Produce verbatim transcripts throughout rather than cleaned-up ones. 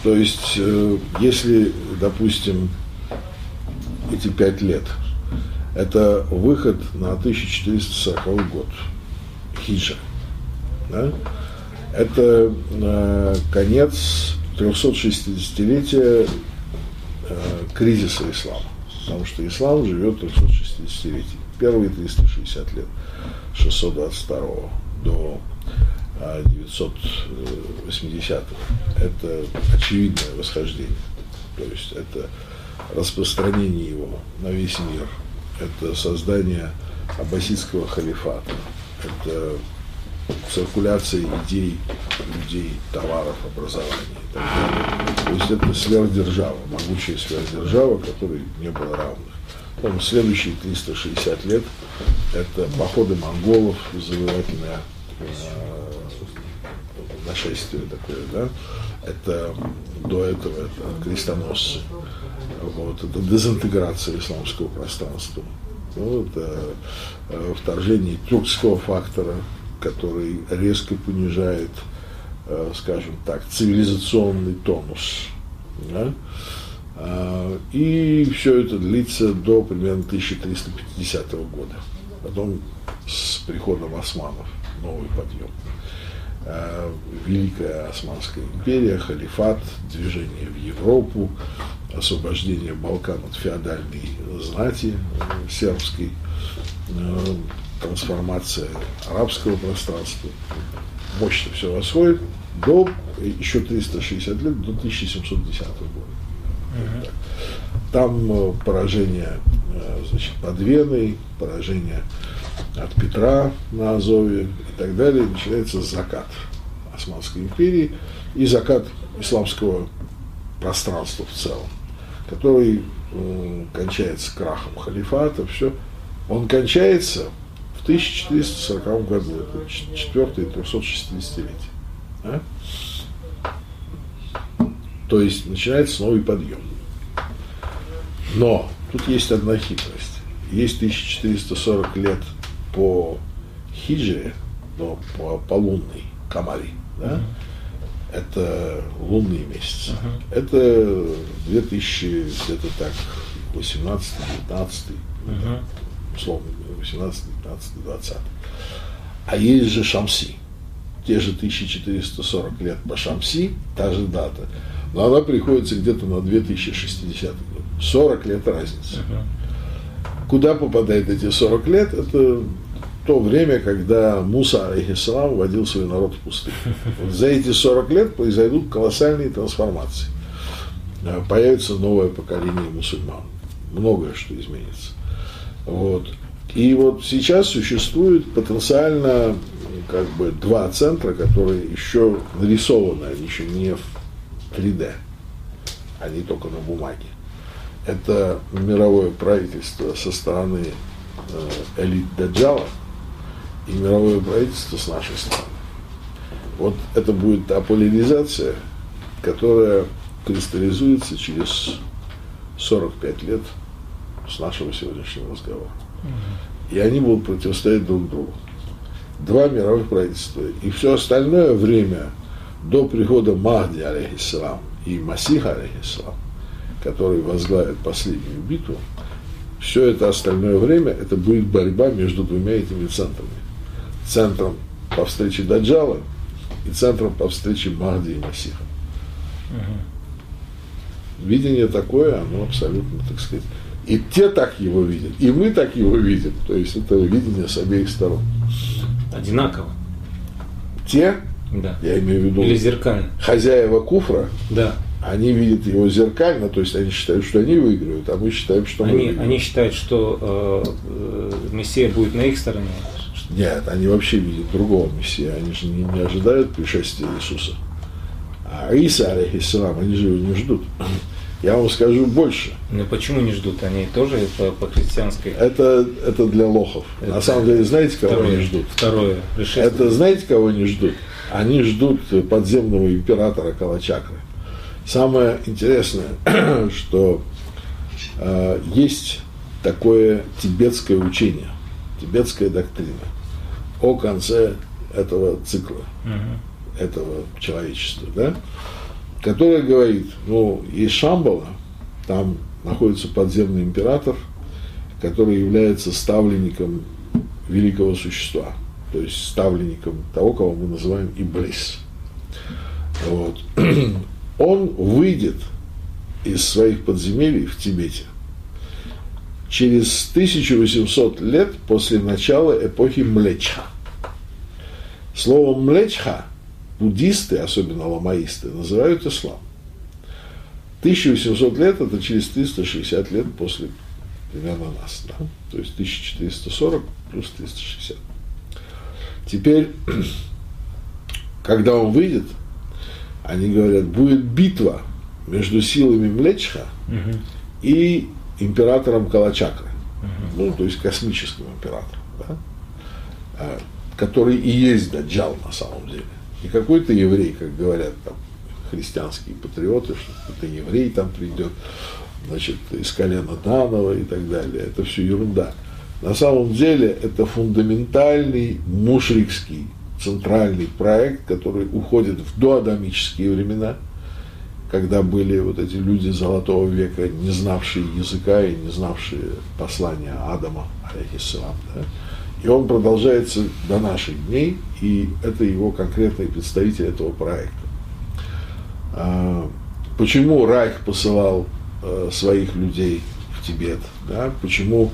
То есть, если, допустим, эти пять лет, это выход на тысяча четыреста сороковой год, хиджа, да? Это э, конец трехсотшестидесятилетия э, кризиса ислама, потому что ислам живет трехсот шестидесятилетий, первые триста шестьдесят лет, с шестьсот двадцать второго до девятьсот восьмидесятого, это очевидное восхождение, то есть это распространение его на весь мир, это создание аббасидского халифата, это циркуляция идей, людей, товаров, образования и так далее. То есть это сверхдержава, могучая сверхдержава, которой не было равных. Потом следующие триста шестьдесят лет это походы монголов, завоевательное э, нашествие такое, да. Это до этого это крестоносцы. Вот, это дезинтеграция исламского пространства. Ну, это э, вторжение тюркского фактора, который резко понижает, э, скажем так, цивилизационный тонус. Да? А, и все это длится до примерно тысяча триста пятидесятого года. Потом с приходом османов новый подъем. А, Великая Османская империя, халифат, движение в Европу, освобождение Балкан от феодальной знати э, сербской, э, трансформация арабского пространства. Мощно все восходит до еще триста шестьдесят лет, до тысяча семьсот десятого года. Uh-huh. Там э, поражение э, значит, под Веной, поражение от Петра на Азове и так далее. Начинается закат Османской империи и закат исламского пространства в целом, который э, кончается крахом халифата, все. Он кончается в тысяча четыреста сороковом году, это четвертое трехсот шестидесятилетие. А? То есть начинается новый подъем. Но тут есть одна хитрость. Есть тысяча четыреста сорок лет по хиджре, но по, по лунной камари, да? Uh-huh. Это лунные месяцы. Uh-huh. Это две тысячи, где-то так, восемнадцатый, девятнадцатый, uh-huh. условно, восемнадцатый, девятнадцатый, двадцатый. А есть же Шамси. Те же тысяча четыреста сорок лет по Шамси, та же дата. Но она приходится где-то на две тысячи шестидесятый год. сорок лет разницы. Uh-huh. Куда попадает эти сорок лет? Это то время, когда Муса, алейхиссалам, водил свой народ в пустыню. Вот за эти сорок лет произойдут колоссальные трансформации. Появится новое поколение мусульман. Многое что изменится. Вот. И вот сейчас существует потенциально как бы два центра, которые еще нарисованы, они еще не в три дэ, они только на бумаге. Это мировое правительство со стороны э, элит Даджала и мировое правительство с нашей стороны. Вот это будет та поляризация, которая кристаллизуется через сорок пять лет с нашего сегодняшнего разговора. И они будут противостоять друг другу. Два мировых правительства. И все остальное время до прихода Махди, алейхиссалам, и Масиха, алейхиссалам, который возглавит последнюю битву, все это остальное время это будет борьба между двумя этими центрами. Центром по встрече Даджала и центром по встрече Махди и Масиха. Угу. Видение такое, оно абсолютно, так сказать, и те так его видят, и мы так его видим. То есть это видение с обеих сторон. Одинаково. Те, да. Я имею в виду или зеркально. Хозяева куфра, да. Они видят его зеркально, то есть они считают, что они выигрывают, а мы считаем, что мы они, выигрываем. Они считают, что э, э, Мессия будет на их стороне? Нет, они вообще видят другого Мессия, они же не, не ожидают пришествия Иисуса. А Иса, алейхиссалам, они же его не ждут. Я вам скажу больше. Ну почему не ждут? Они тоже по, по христианской... Это, это для лохов. Это на самом деле, знаете, кого второе, они ждут? Второе. Это знаете, кого они ждут? Они ждут подземного императора Калачакры. Самое интересное, что э, есть такое тибетское учение, тибетская доктрина о конце этого цикла, uh-huh. этого человечества, да? которая говорит, ну, есть Шамбала, там находится подземный император, который является ставленником великого существа, то есть ставленником того, кого мы называем Иблис. Вот. Он выйдет из своих подземелий в Тибете через тысяча восемьсот лет после начала эпохи Млечха. Слово Млечха буддисты, особенно ламаисты, называют ислам. тысяча восемьсот лет – это через триста шестьдесят лет после примерно нас, да? То есть тысяча четыреста сорок плюс триста шестьдесят. Теперь, когда он выйдет, они говорят, будет битва между силами Млечха угу. и императором Калачакры, угу. ну, то есть космическим императором, да? Который и есть Даджал на самом деле. Не какой-то еврей, как говорят там христианские патриоты, что это еврей там придет, значит, из колена Данова и так далее. Это все ерунда. На самом деле это фундаментальный мушрикский центральный проект, который уходит в доадамические времена, когда были вот эти люди Золотого века, не знавшие языка и не знавшие послания Адама, алейхиссалам, да? И он продолжается до наших дней, и это его конкретный представитель этого проекта. Почему Райх посылал своих людей в Тибет? Да? Почему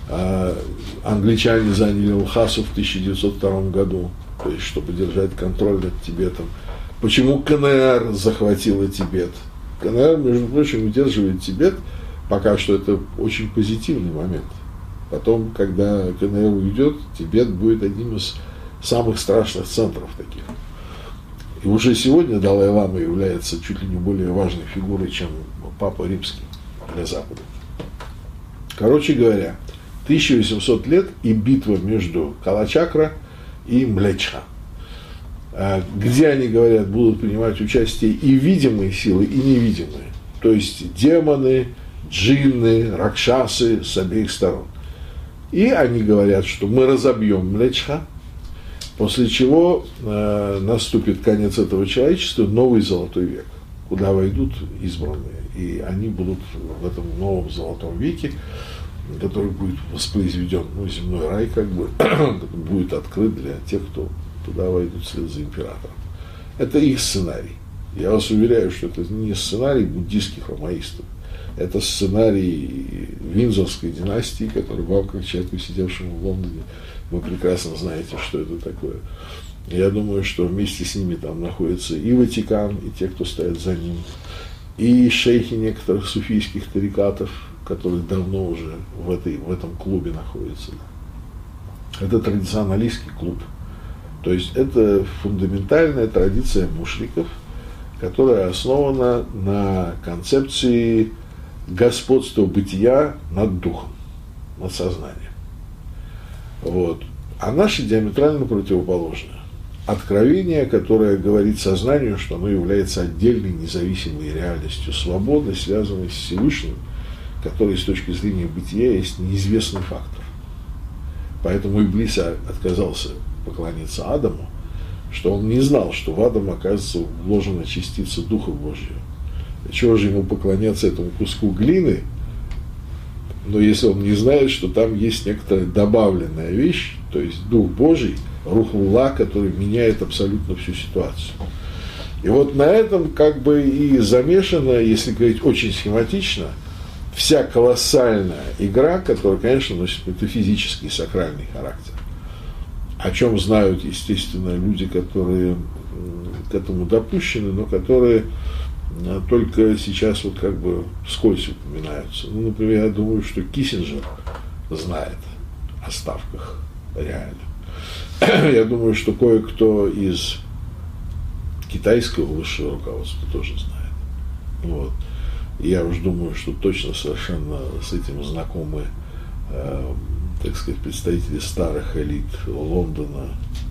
англичане заняли Лхасу в тысяча девятьсот втором году, то есть чтобы держать контроль над Тибетом? Почему КНР захватила Тибет? КНР, между прочим, удерживает Тибет, пока что это очень позитивный момент. Потом, когда КНР уйдет, Тибет будет одним из самых страшных центров таких. И уже сегодня Далай-лама является чуть ли не более важной фигурой, чем Папа Римский для Запада. Короче говоря, тысяча восемьсот лет и битва между Калачакра и Млечха, где, они говорят, будут принимать участие и видимые силы, и невидимые. То есть демоны, джинны, ракшасы с обеих сторон. И они говорят, что мы разобьем Млечха, после чего э, наступит конец этого человечества, новый золотой век, куда войдут избранные. И они будут в этом новом золотом веке, который будет воспроизведен, ну, земной рай, как бы, будет открыт для тех, кто туда войдут вслед за императором. Это их сценарий. Я вас уверяю, что это не сценарий буддийских ламаистов. Это сценарий Виндзорской династии, который вам, как человеку, сидевшему в Лондоне, вы прекрасно знаете, что это такое. Я думаю, что вместе с ними там находится и Ватикан, и те, кто стоят за ним, и шейхи некоторых суфийских тарикатов, которые давно уже в, этой, в этом клубе находятся. Это традиционалистский клуб. То есть это фундаментальная традиция мушриков, которая основана на концепции господства бытия над духом, над сознанием. Вот. А наши диаметрально противоположны. Откровение, которое говорит сознанию, что оно является отдельной независимой реальностью, свободной, связанной с Всевышним, который с точки зрения бытия есть неизвестный фактор. Поэтому Иблис отказался поклониться Адаму, что он не знал, что в Адам, оказывается, вложена частица Духа Божьего. И чего же ему поклоняться этому куску глины, но если он не знает, что там есть некоторая добавленная вещь, то есть Дух Божий, Рух-Улла, который меняет абсолютно всю ситуацию. И вот на этом как бы и замешана, если говорить очень схематично, вся колоссальная игра, которая, конечно, носит метафизический и сакральный характер. О чем знают, естественно, люди, которые к этому допущены, но которые только сейчас вот как бы вскользь упоминаются. Ну, например, я думаю, что Киссинджер знает о ставках реально. Я думаю, что кое-кто из китайского высшего руководства тоже знает. Вот. Я уж думаю, что точно совершенно с этим знакомы, э, так сказать, представители старых элит Лондона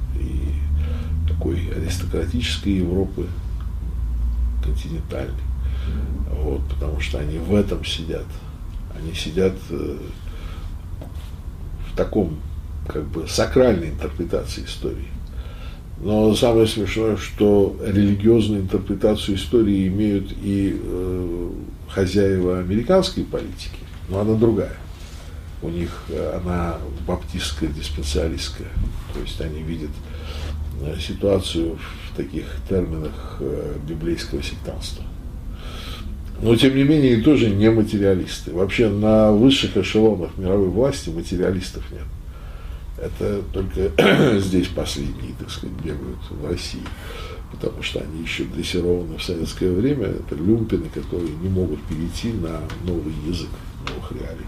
и такой аристократической Европы, континентальной. Вот, потому что они в этом сидят. Они сидят э, в таком, как бы, сакральной интерпретации истории. Но самое смешное, что религиозную интерпретацию истории имеют и э, хозяева американской политики, но она другая. У них она баптистская, диспенсиалистская. То есть они видят ситуацию в таких терминах э, библейского сектанства. Но, тем не менее, и тоже не материалисты. Вообще на высших эшелонах мировой власти материалистов нет. Это только здесь последние, так сказать, бегают в России, потому что они еще дрессированы в советское время. Это люмпины, которые не могут перейти на новый язык, новых реалий.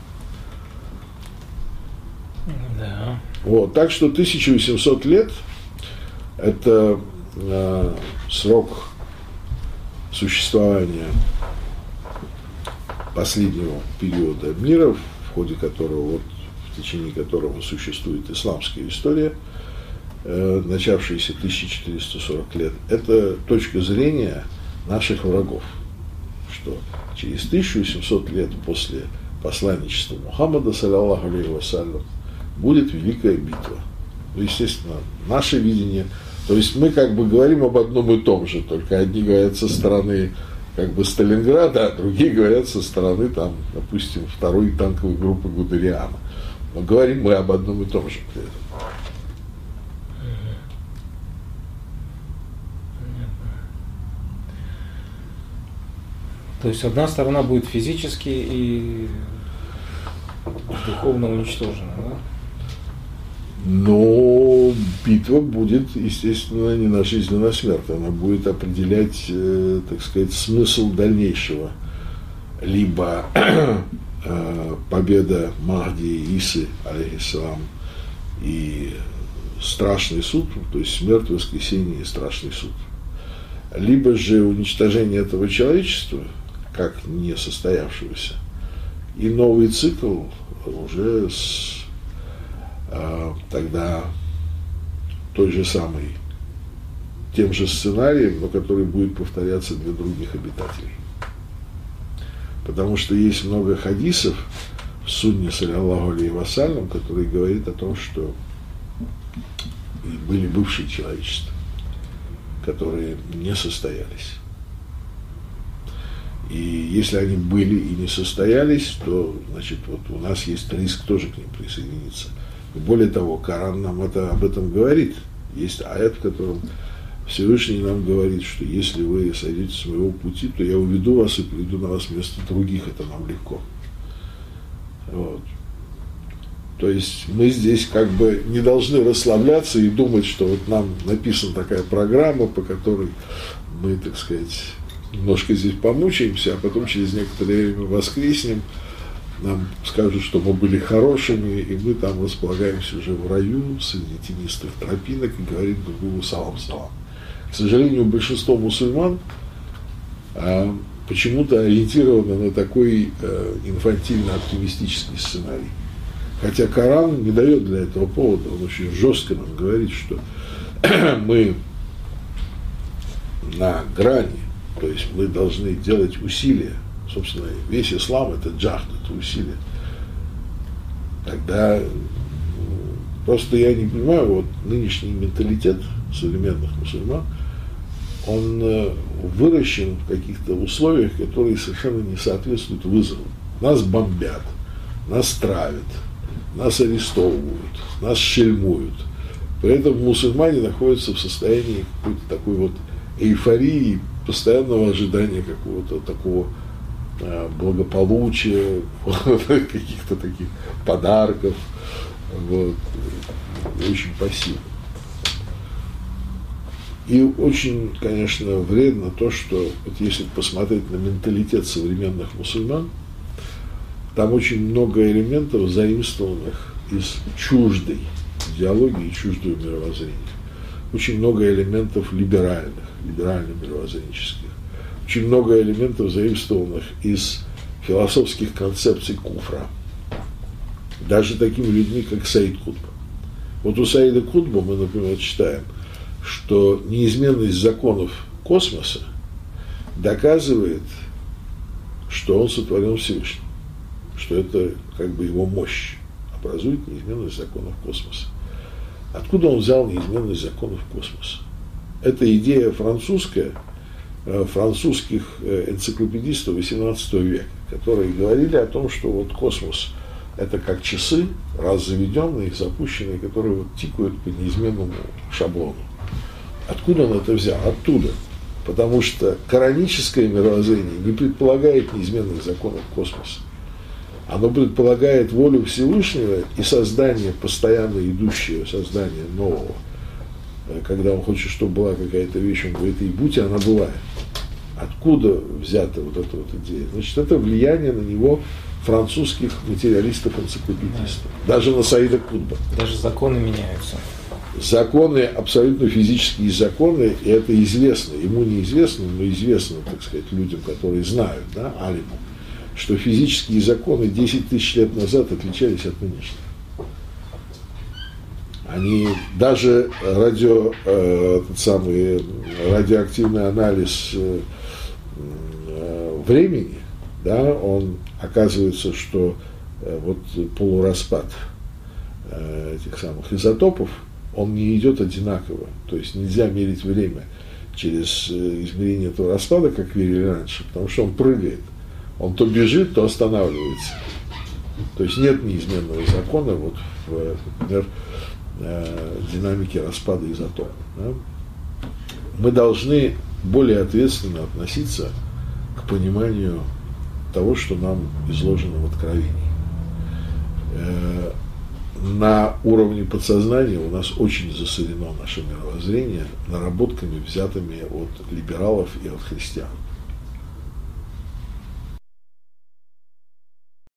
Да. Вот, так что тысяча восемьсот лет – это э, срок существования последнего периода мира, в ходе которого вот, в течение которого существует исламская история, э, начавшаяся тысяча четыреста сорок лет, это точка зрения наших врагов, что через тысяча восемьсот лет после посланничества Мухаммада, саллаллаху алейхи вассалям, будет великая битва. Ну, естественно, наше видение, то есть мы как бы говорим об одном и том же, только одни говорят со стороны как бы Сталинграда, а другие говорят со стороны, там, допустим, второй танковой группы Гудериана. Но говорим мы об одном и том же при этом. То есть одна сторона будет физически и духовно уничтожена, да? Но битва будет, естественно, не на жизнь, а на смерть. Она будет определять, э, так сказать, смысл дальнейшего. Либо э, победа Махди и Исы, алейхиссалам, и страшный суд, то есть смерть, воскресение и страшный суд. Либо же уничтожение этого человечества, как несостоявшегося, и новый цикл уже с э, тогда той же самой, тем же сценарием, но который будет повторяться для других обитателей. Потому что есть много хадисов в сунне, саллаллаху алейхи вассалям, которые говорят о том, что были бывшие человечества, которые не состоялись. И если они были и не состоялись, то, значит, вот у нас есть риск тоже к ним присоединиться. И более того, Коран нам это, об этом говорит. Есть аят, в котором Всевышний нам говорит, что если вы сойдете с моего пути, то я уведу вас и приведу на вас вместо других, это нам легко. Вот. То есть мы здесь как бы не должны расслабляться и думать, что вот нам написана такая программа, по которой мы, так сказать, немножко здесь помучаемся, а потом через некоторое время воскреснем, нам скажут, что мы были хорошими, и мы там располагаемся уже в раю среди тенистых тропинок и говорим друг другу салам-салам. К сожалению, большинство мусульман а, почему-то ориентировано на такой а, инфантильно-оптимистический сценарий. Хотя Коран не дает для этого повода, он очень жестко нам говорит, что мы на грани, то есть мы должны делать усилия. Собственно, весь ислам – это джахд, это усилие. Тогда просто я не понимаю, вот нынешний менталитет современных мусульман, он выращен в каких-то условиях, которые совершенно не соответствуют вызову. Нас бомбят, нас травят, нас арестовывают, нас шельмуют. При этом мусульмане находятся в состоянии какой-то такой вот эйфории, постоянного ожидания какого-то такого благополучия, каких-то таких подарков, вот, очень пассивно. И очень, конечно, вредно то, что вот если посмотреть на менталитет современных мусульман, там очень много элементов, заимствованных из чуждой идеологии и чуждого мировоззрения. Очень много элементов либеральных, либерально-мировоззренческих. Очень много элементов, заимствованных из философских концепций куфра. Даже такими людьми, как Саид Кутб. Вот у Саида Кутба мы, например, читаем, что неизменность законов космоса доказывает, что он сотворен Всевышним, что это как бы его мощь образует неизменность законов космоса. Откуда он взял неизменность законов космоса? Это идея французская, французских энциклопедистов восемнадцатого века, которые говорили о том, что вот космос – это как часы, раз заведенные, запущенные, которые вот тикают по неизменному шаблону. Откуда он это взял? Оттуда. Потому что кораническое мировоззрение не предполагает неизменных законов космоса. Оно предполагает волю Всевышнего и создание, постоянно идущее создание нового. Когда он хочет, чтобы была какая-то вещь, он говорит, и будь, и она бывает. Откуда взята вот эта вот идея? Значит, это влияние на него французских материалистов-энциклопедистов. Даже на Саида Кутба. Даже законы меняются. Законы, абсолютно физические законы, и это известно. Ему неизвестно, но известно, так сказать, людям, которые знают, да, алиму, что физические законы десять тысяч лет назад отличались от нынешних. Они, даже радио, э, тот самый радиоактивный анализ э, э, времени, да, он оказывается, что э, вот полураспад э, этих самых изотопов, он не идет одинаково. То есть нельзя мерить время через э, измерение этого распада, как верили раньше, потому что он прыгает. Он то бежит, то останавливается. То есть нет неизменного закона, вот, в, например, динамики распада изотопов. Да? Мы должны более ответственно относиться к пониманию того, что нам изложено в Откровении. На уровне подсознания у нас очень засорено наше мировоззрение наработками, взятыми от либералов и от христиан.